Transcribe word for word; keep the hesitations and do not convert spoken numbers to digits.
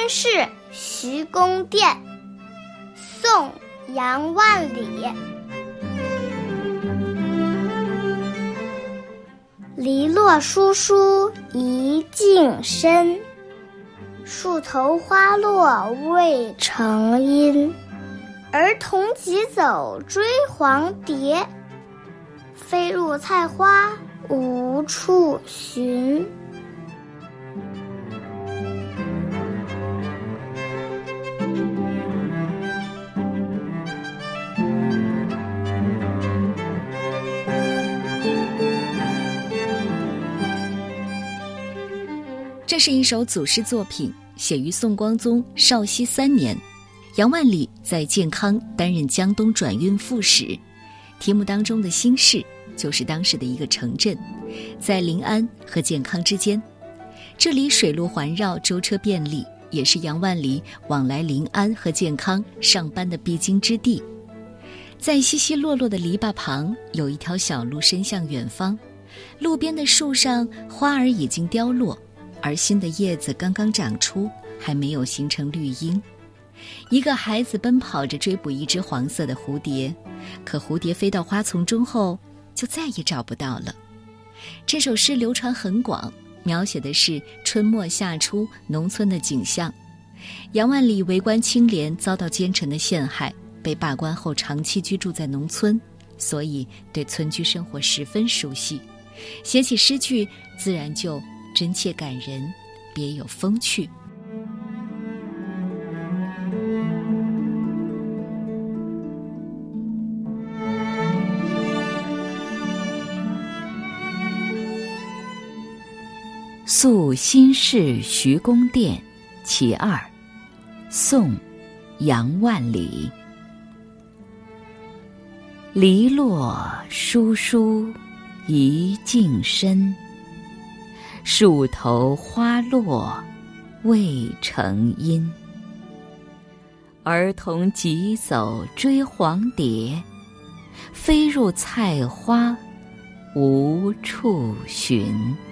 事·徐公店，宋·杨万里。篱落疏疏一径深，树头花落未成阴。儿童急走追黄蝶，飞入菜花无处寻。 这是一首组诗作品，写于宋光宗绍熙三年。杨万里在建康担任江东转运副使，题目当中的新市就是当时的一个城镇，在临安和建康之间。这里水路环绕，舟车便利，也是杨万里往来临安和建康上班的必经之地。在稀稀落落的篱笆旁，有一条小路伸向远方，路边的树上花儿已经凋落，而新的叶子刚刚长出，还没有形成绿荫。一个孩子奔跑着追捕一只黄色的蝴蝶，可蝴蝶飞到花丛中后就再也找不到了。这首诗流传很广，描写的是春末夏初农村的景象。杨万里为官清廉，遭到奸臣的陷害，被罢官后长期居住在农村，所以对村居生活十分熟悉，写起诗句自然就真切感人，别有风趣。 宿新市徐公店其二，宋·杨万里。篱落疏疏一径深，树头花落未成阴。儿童急走追黄蝶，飞入菜花无处寻。